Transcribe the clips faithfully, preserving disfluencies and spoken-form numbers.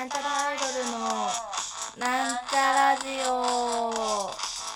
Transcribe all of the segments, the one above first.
なんちゃらアイドルのなんちゃラジオ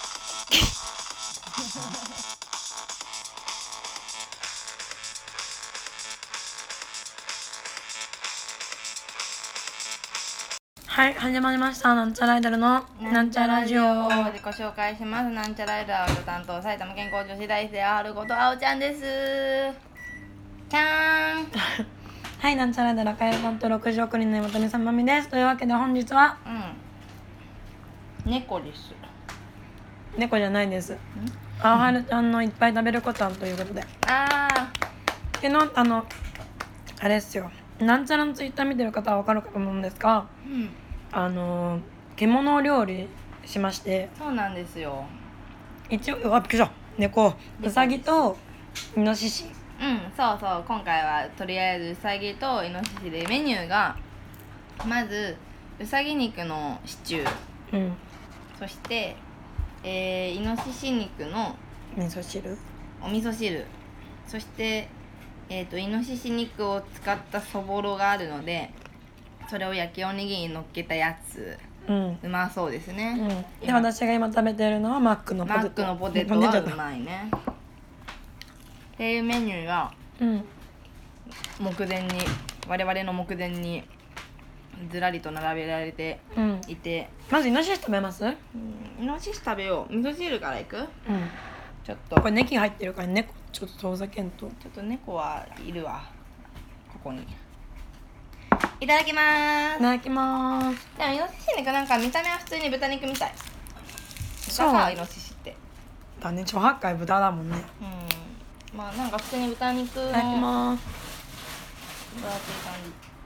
はい、始まりました。なんちゃらアイドルのなんちゃラジオ。 自己紹介します。なんちゃらアイドルアウト担当埼玉健康女子大生あることあおちゃんです。ちゃーんはい、なんちゃらアイドル赤いフォントろくじゅうおく人の妹にさんまみです。というわけで本日はうん猫です。 猫じゃないです。あはるちゃんのいっぱい食べるコタンということで、 あ昨日あのあれですよ、なんちゃらのツイッター見てる方はわかるかと思うんですが、 ーうんあの獣料理しまして、 そうなんですよ。 一応あびっくりした猫、うさぎとイノシシ。 うんそうそう今回はとりあえずうさぎとイノシシでメニューがまずうさぎ肉のシチュー、 うんそして、えー、イノシシ肉の味噌汁。 お味噌汁、そして、えー、とイノシシ肉を使ったそぼろがあるのでそれを焼きおにぎりに乗っけたやつ、 うんうまそうですね、 うん、で私が今食べてるのはマックのポテト。 マックのポテトはうまいねっていうメニューがうん目前に我々の目前にずらりと並べられてうんいて、 まずイノシシ食べます？うん、 うん、イノシシ食べよう。味噌汁からいく？ちょっとこれネギ入ってるから猫ちょっと遠ざけんと。 ちょっと猫はいるわここに。いただきまーす。 いただきまーす。 でもイノシシ肉なんか見た目は普通に豚肉みたい。 そう豚かイノシシって。 だね、超八海豚だもんね。 うん。まあなんか普通に豚肉のいただきまーす。 分厚い感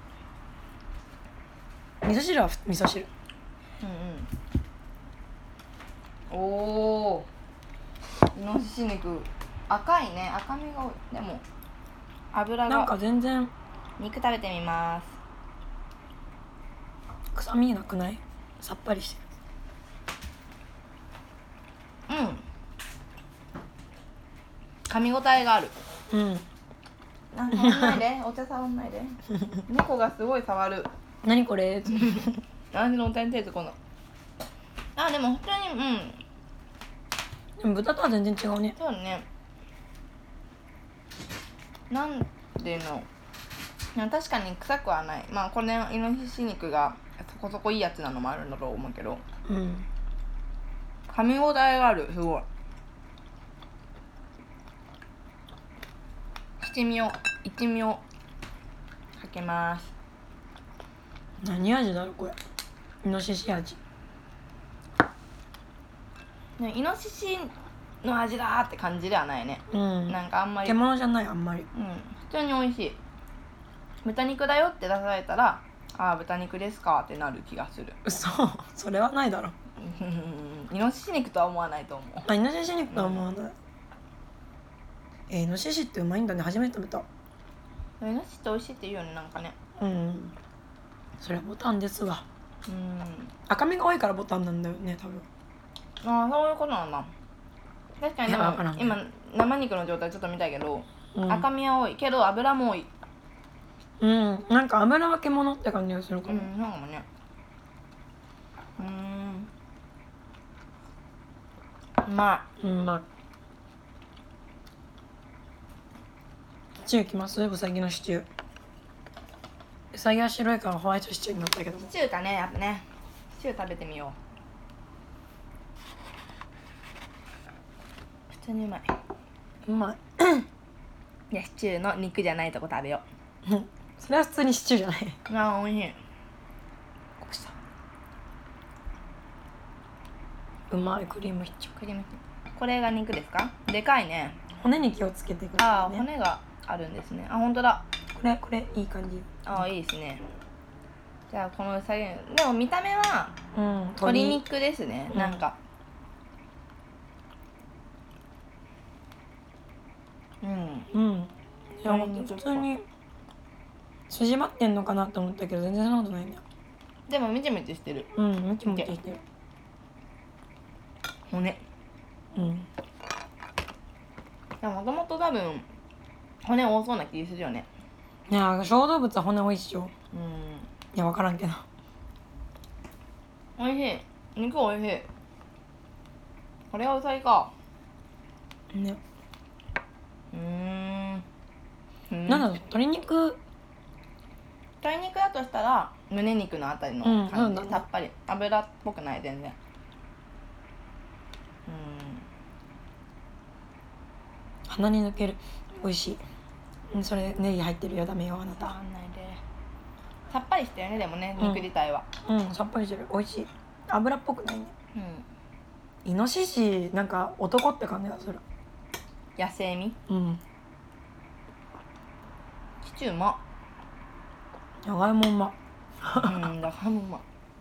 味噌汁は味噌汁。 じ。うんうん。おー。イノシシ肉赤いね。赤身が多い。でも油なんかが。 全然肉食べてみます。 臭みなくない？さっぱりしてうん。噛み応えがある。 る。うん。 なんか触んないで。お茶触んないで。猫がすごい触る。 何これ？ 私のお茶に手つこの。あ、でも普通に、うん。 でも豚とは全然違うね。 そうね。なんでの。いや確かに臭くはない。まあこれイノシシ肉がそこそこいいやつなのもあるんだと思うけど、 うん噛み応えがある。すごい。七味を一味をかけます。 何味だろこれ？イノシシ味。 ね、イノシシの味だーって感じではないね。 うん。 なんかあんまり。 獣じゃないあんまり。 うん。普通に美味しい。豚肉だよって出されたら、ああ豚肉ですかってなる気がする。 嘘、それはないだろ。 イノシシ肉とは思わないと思う。 あ、イノシシ肉とは思わない。うん、えー、イノシシってうまいんだね。初めて食べた。 イノシシって美味しいって言うよね、なんかね。 うん。それはボタンですわ。 うん。 赤身が多いからボタンなんだよね、多分。 ああ、そういうことなんだ。確かにでも今生肉の状態ちょっと見たけど、うん、赤身は多いけど油も多い。 うん、なんか油は獣って感じがするかも。 うん、そうかもね。うーん。うまい。 うん、うまい。シチューいきます？うさぎのシチュー。うさぎは白いからホワイトシチューになったけども。 シチューかね、やっぱね。シチュー食べてみよう。普通にうまい。 うまい。 いや、シチューの肉じゃないとこ食べよう。それは普通にシチューじゃない。 ああ、美味しい。 こうした。うまいクリームシチュー。 クリームシチュー。これが肉ですか？でかいね。 骨に気をつけてくださいね。 ああ、骨があるんですね。あ、本当だ。 これこれいい感じ。 ああ、いいですね。じゃあこのうさぎ、でも見た目は、うん、鶏肉ですね、うん、なんか。うんうん。いや普通に筋張ってんのかなと思ったけど全然そんなことないね。 でもムチムチしてる。 うん、ムチムチしてる。 骨。 うん。 でももともと多分骨多そうな気するよね。 いや小動物は骨多いっしょ。 うん。 いや分からんけど。 おいしい。肉おいしい。これはうさぎか。 ね、 うーん。うんなんだろう、鶏肉。 鶏肉だとしたら胸肉のあたりのうん感じ、 うんだねさっぱり油っぽくない全然。 鼻に抜ける。美味しい。うん、それネギ入ってるよ。ダメよあなうん触た。 んないで。さっぱりしてるねでもね、 うん肉自体は。 うん、さっぱりしてる。美味しい。油っぽくないね。 うん。 イノシシなんか男って感じがする。 野生味。 うん。 シチューうまっ。 じゃがいもうま。 うんだからもうまっ。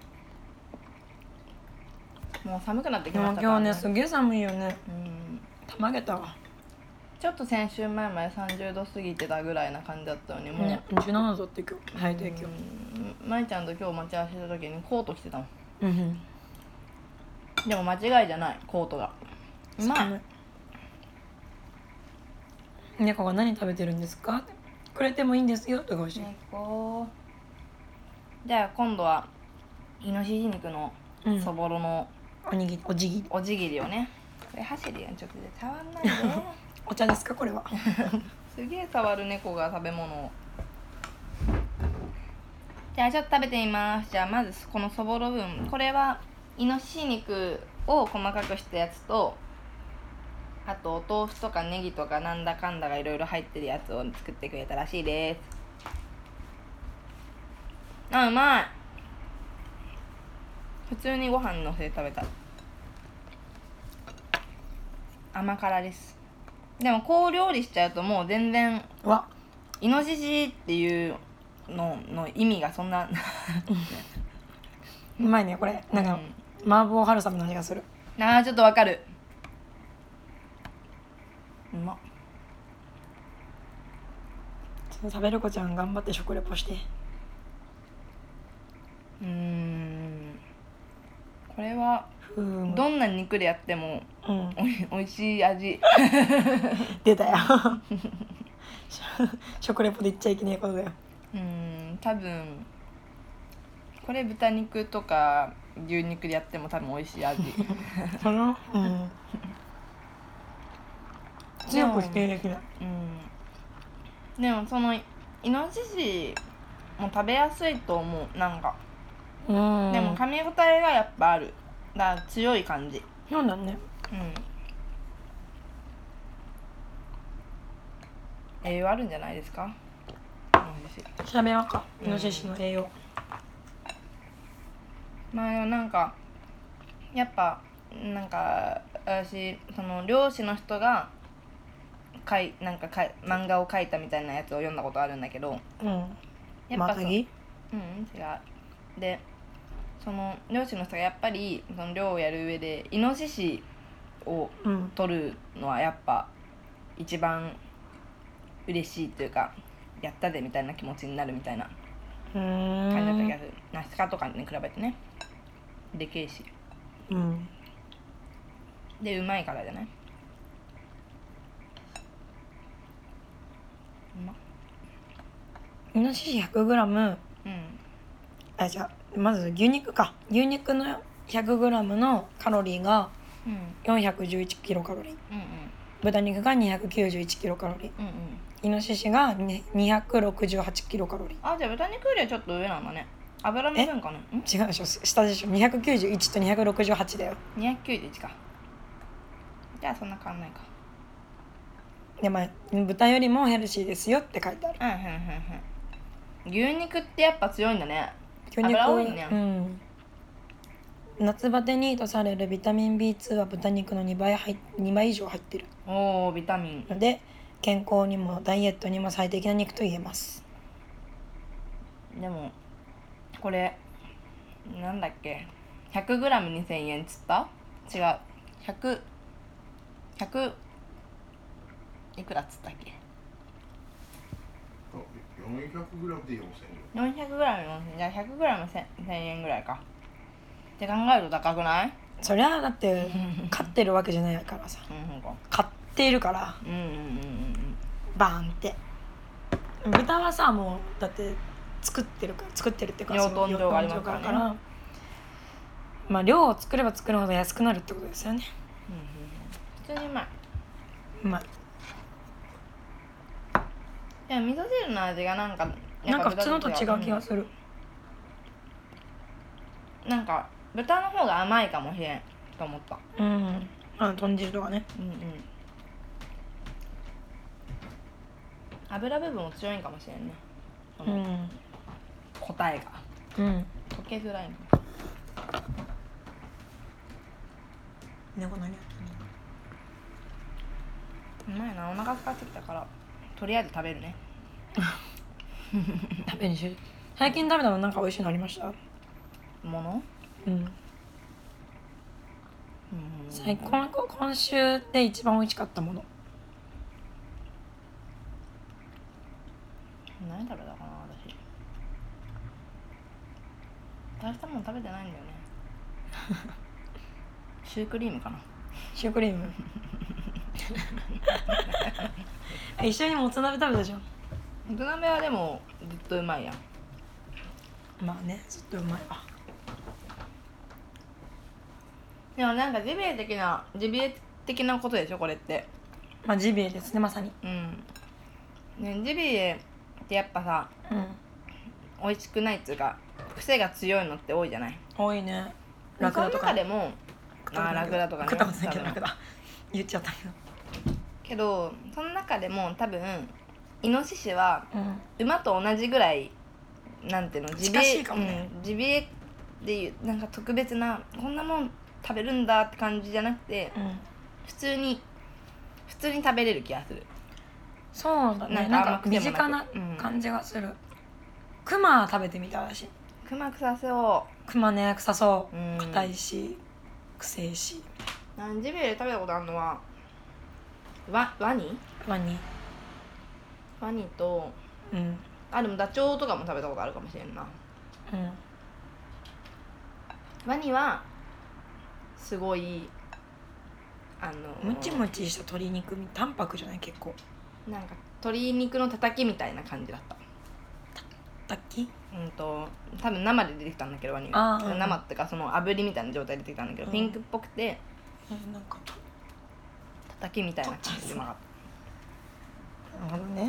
もう寒くなってきでもましたからね。 今日ねすげえ寒いよね。 うんたまげたわ。 ちょっと先週前までさんじゅうど過ぎてたぐらいな感じだったのにもう、 ね、じゅうななどって今日最低気温。 うんまいちゃんと今日待ち合わせした時にコート着てたもん。 うんでも間違いじゃないコートがうまい。 寒い。猫が何食べてるんですかってくれてもいいんですよとか欲しい。 猫。じゃあ今度はイノシシ肉のうんそぼろのおにぎり、おじぎり。 おじぎりをね、これ走るよちょっとで触んないでお茶ですかこれは。 すげえ触る猫が食べ物を。じゃあちょっと食べてみます。じゃあまずこのそぼろ分、これはイノシシ肉を細かくしたやつと、あとお豆腐とかネギとかなんだかんだがいろいろ入ってるやつを作ってくれたらしいです。あ、うまい。普通にご飯のせて食べた。甘辛です。でもこう料理しちゃうともう全然うわ、 イノシシっていうのの意味がそんなうまいねこれ。なんか、麻婆春雨の味がする。 あーちょっとわかる。うまっ。 ちょっと食べる子ちゃん頑張って食レポして。 うーんこれはふーどんな肉でやってもうんおいおいしい味。 出たよ。食レポで言っちゃいけないことだよ。 うーん多分これ豚肉とか牛肉でやっても多分美味しい味。 そのうん強く否定できない。 うんでもそのイノシシも食べやすいと思う。なんかうんでも噛み応えがやっぱある。だから強い感じ。 そうだね。 うん栄養あるんじゃないですか。イノシシ調べようか。 うんイノシシの栄養。 まあでもなんかやっぱなんか私その漁師の人がかいなんかかい漫画を描いたみたいなやつを読んだことあるんだけど、 うん。 やっぱそまたぎ？ うん違う。でその漁師の人がやっぱりその漁をやる上でイノシシをうん。 取るのはやっぱ一番嬉しいというかやったぜみたいな気持ちになるみたいなうーん。 感じだった気がする。ナスカとかに比べてねでけえしうん。 でうまいからじゃない。うまっ。 イノシシ ひゃくグラム。 うんあ、じゃあまず牛肉か。牛肉の ひゃくグラム のカロリーがうんよんひゃくじゅういちキロカロリー。 うん豚肉がにひゃくきゅうじゅういちキロカロリー。 うんうんイノシシがにひゃくろくじゅうはちキロカロリー。 あじゃあ豚肉よりはちょっと上なんだね。油の分かな。ん違うでしょ、下でしょ。にひゃくきゅうじゅういちとにひゃくろくじゅうはちだよ。 にひゃくきゅうじゅういちか。じゃあそんな変わんないか。 でまあ豚よりもヘルシーですよって書いてある。 うんうんうんうん牛肉ってやっぱ強いんだね。 牛肉油多いね。 うん夏バテにいいとされるビタミン ビーツー は豚肉のにばい入にばい以上入ってるおービタミン。 ので健康にもダイエットにも最適な肉と言えます。 でもこれなんだっけ ひゃくグラムにせんえんつった？違うひゃく ひゃくいくらっつったっけ。 よんひゃくグラムでよんせんえん。 よんひゃくグラムよんせんえんじゃあ ひゃくグラムせんえんぐらいかって考えると高くない？ そりゃだって飼ってるわけじゃないからさ、 うんうんか買っているからうんうんうんうんバーンって。豚はさもうだって作ってるから作ってるっていうか養豚場がありますそのからね養まあ量を作れば作るほど安くなるってことですよね。 普通にうまい。 うまい。 いや味噌汁の味がなんかなんか普通のと違う気がする、 うん、なんか豚の方が甘いかもしれんと思った。 うんあの豚汁とかね。 うんうん油部分も強いんかもしれんね、そのうん答えがうん溶けづらいの。 猫何やってうまいな。お腹空ってきたからとりあえず食べるね。 んの食べにしよう。最近食べたのなんか美味しいのありました？ ものうんうん最高の今週で一番美味しかったもの。 何食べたかな私。大したもん食べてないんだよね。シュークリームかな。 シュークリーム一緒にもつ鍋食べたじゃん。 もつ鍋はでもずっとうまいやん。 まあねずっとうまいわ。 でもなんかジビエ的なジビエ的なことでしょこれって。 まあジビエですねまさに。 うんね、ジビエってやっぱさうん美味しくないっつうか癖が強いのって多いじゃない。 多いね。 ラクダとかでもああーラクダとかね食ったことないけどラクダ言っちゃったけど。 けどその中でも多分イノシシはうん馬と同じぐらいなんていうのジビエ、 近しいかもねうん、ジビエでいうなんか特別なこんなもん食べるんだって感じじゃなくてうん普通に普通に食べれる気がする。 そうだね。 ななんんかか甘くてもなく身近な感じがする。クマ食べてみた私。 クマ臭そクマね臭そううん硬いし臭いし。 う。なんジビエで食べたことあるのはワワニワニワニとうんあでもダチョウとかも食べたことあるかもしれんな。 うんワニはすごいあのムチムチした鶏肉み淡白じゃない結構。 なんか鶏肉のたたきみたいな感じだった。 炊きうんと多分生で出てきたんだけどワニがあーうん生ってかその炙りみたいな状態で出てきたんだけど、 うんピンクっぽくてえなんかたたきみたいな感じでうまかっなるほどね。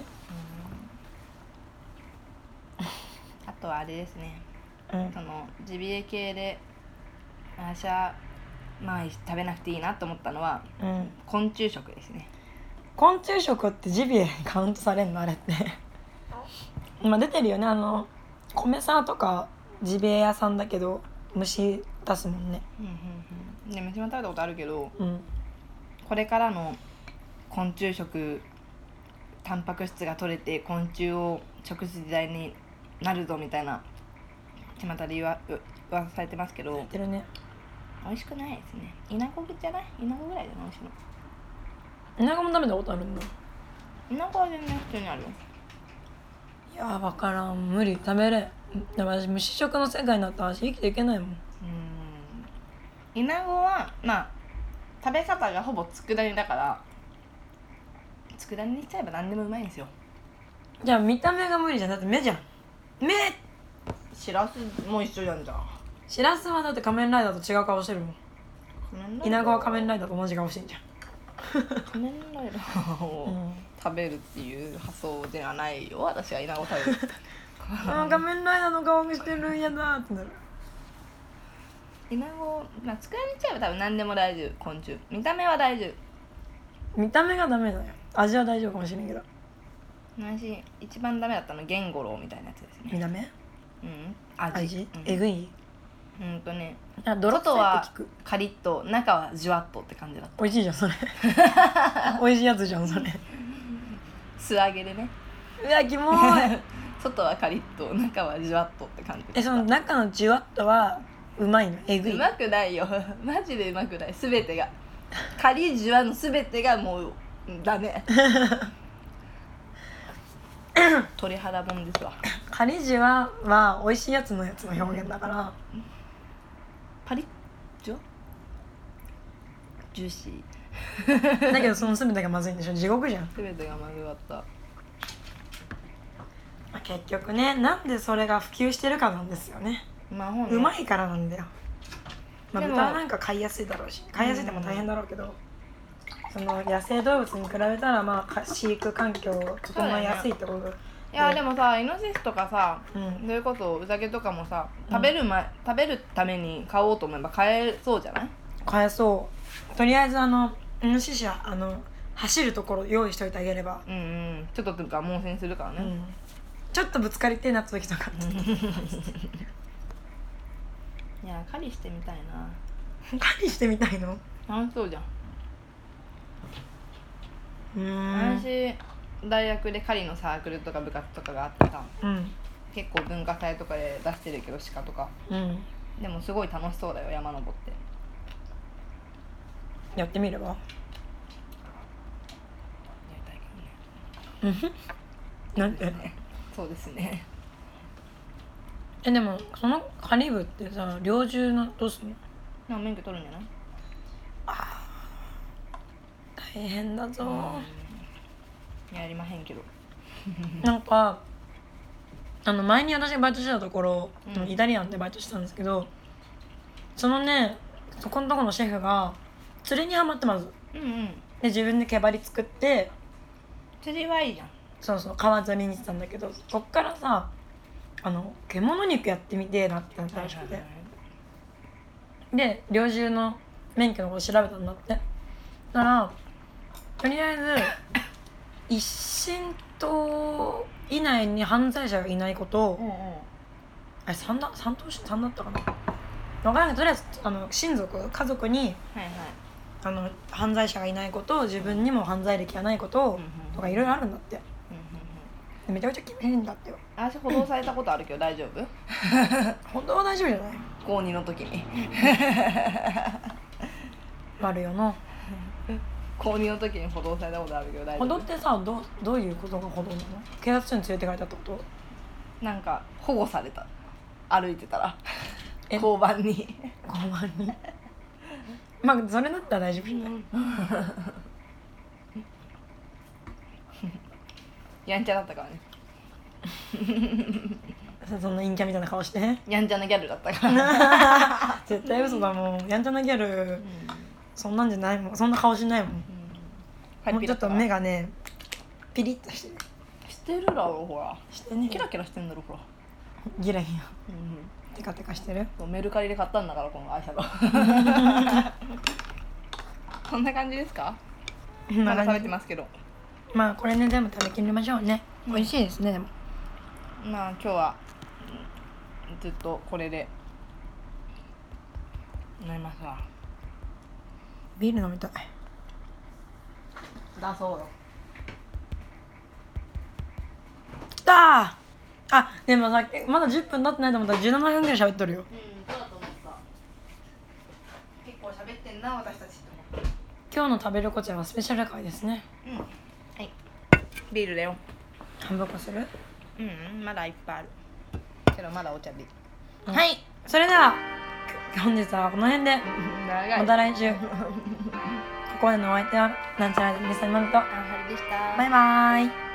た。あとはあれですねうんそのジビエ系で私はまあ食べなくていいなと思ったのはうん昆虫食ですね。 昆虫食ってジビエにカウントされんのあれってまあ出てるよね。あの米沢とかジビエ屋さんだけど虫出すもんね。 うんうんうんで虫も食べたことあるけどうんこれからの昆虫食タンパク質が取れて昆虫を食す時代になるぞみたいな巷で言わ噂されてますけど出てるね。 美味しくないですね。イナゴじゃないイナゴぐらいじゃない美味しいの。 イナゴも食べたことあるんだ。 イナゴは全然普通にあるよ。 いやー分からん無理食べれん。でも私虫食の世界になったら私生きていけないもん。 うーんイナゴはまあ食べ方がほぼ佃煮だから佃煮にしちゃえば何でもうまいんですよ。 じゃあ見た目が無理じゃん。だって目じゃん。目しらすも一緒じゃんじゃあ。 しらすはだって仮面ライダーと違う顔してるもん。イナゴは仮面ライダーと同じ顔してんじゃん。 仮面ライダーをうん食べるっていう発想ではないよ。私はイナゴ食べるあー仮面ライダーの顔がしてるんやだってなる。 イナゴまあ佃煮にしちゃえば多分何でも大丈夫。昆虫見た目は大丈夫。 見た目がダメだよ。味は大丈夫かもしれんけど。 私一番ダメだったのゲンゴロウみたいなやつですね。 見た目うん味味うんえぐい。 うんとねあ泥臭い外はって聞く。 カリッと中はジュワッとって感じだった。 美味しいじゃんそれ美味しいやつじゃんそれ。 素揚げでねうわキモーい外はカリッと中はジュワッとって感じだった。 えその中のジュワッとはうまいのえぐい。 うまくないよマジでうまくない。全てがカリジュワの全てがもうダメ鳥肌もんですわ。 カリジュワは美味しいやつのやつの表現だからパリッジュワジューシーだけどその全てがまずいんでしょ。地獄じゃん。 全てがまずかった。 結局ねなんでそれが普及してるかなんですよね。 まあほんうまいからなんだよ。 まあ、 でも豚はなんか飼いやすいだろうし飼いやすいっても大変だろうけど、その野生動物に比べたらまあか飼育環境整いやすいってこと。 いやでもさイノシシとかさ、 うんそれこそウサギとかもさ食べる前、食べるために買おうと思えば買えそうじゃない？ 飼えそう。とりあえずあのイノシシはあの走るところ用意しといてあげれば、 うんうん、ちょっととか猛省するからね、 うん、ちょっとぶつかりてえなった時とかいや狩りしてみたいな。 狩りしてみたいの？ 楽しそうじゃん。 うーん、 私大学で狩りのサークルとか部活とかがあってさ、 うん結構文化祭とかで出してるけど鹿とかうんでもすごい楽しそうだよ山登って。 やってみれば？ やりたいけどね。 なんて？ そうですね。 えでもその狩り部ってさ猟銃のどうすんの？ なんか免許取るんじゃない？ 大変だぞ。 やりまへんけど。 なんかあの前に私がバイトしてたところ、 うんイタリアンでバイトしてたんですけど、そのねそこのところのシェフが釣りにハマってます。 うんうん。 で自分で毛針作って釣りはいいじゃん。 そうそう川釣りにしてたんだけど、そっからさあの獣肉やってみてえなってなったらしくて、で猟銃の免許のこと調べたんだって。だからとりあえず一審島以内に犯罪者がいないことを、 うんうん。 あれ三だ三島三だったかな、分からないけどとりあえずあの親族家族にはいはい。 あの犯罪者がいないことを、自分にも犯罪歴がないことを、 うんうんとかいろいろあるんだって。 うんうんうん。 でめちゃくちゃ厳しいんだってよ。 私補導されたことあるけど大丈夫？ 本当は大丈夫じゃない？ 高にの時に。 悪よな。 高にの時に補導されたことあるけど大丈夫？ 歩道ってさどうどういうことが歩道なの？警察署に連れてかれたってこと？ なんか保護された。歩いてたらえ交番に。 交番にまあそれだったら大丈夫じゃない？ やんちゃだったからね。 そんな陰キャみたいな顔してやんちゃなギャルだったから。 絶対嘘だもん。やんちゃなギャルそんなんじゃないもん。そんな顔しないもん。もうちょっと目がねピリッとしてる。 してるだろほら。 してねキラキラしてんだろほら。 ギラギラうん。 テカテカしてる。 メルカリで買ったんだからこのアイシャドウ。こんな感じですか？まだ食べてますけど。 まあこれね全部食べきりましょうね。美味しいですね。でもまあ今日はずっとこれで飲みますわ。 ビール飲みたい。 だそうよ。 きたー。あでもさまだじゅっぷん経ってないと思ったらじゅうななふんぐらい喋っとるよ。 うんそうだと思った。結構喋ってんな私たちって思った。 今日の食べるこちらはスペシャル回ですね。 うんはい。ビールだよ。 半分こする？ うんまだいっぱいあるけどまだお茶でいい。 うん、はいそれでは本日はこの辺で長い。 また来週ここまでのお相手はなんちゃらでみさまみとあはるでした。 バイバーイ。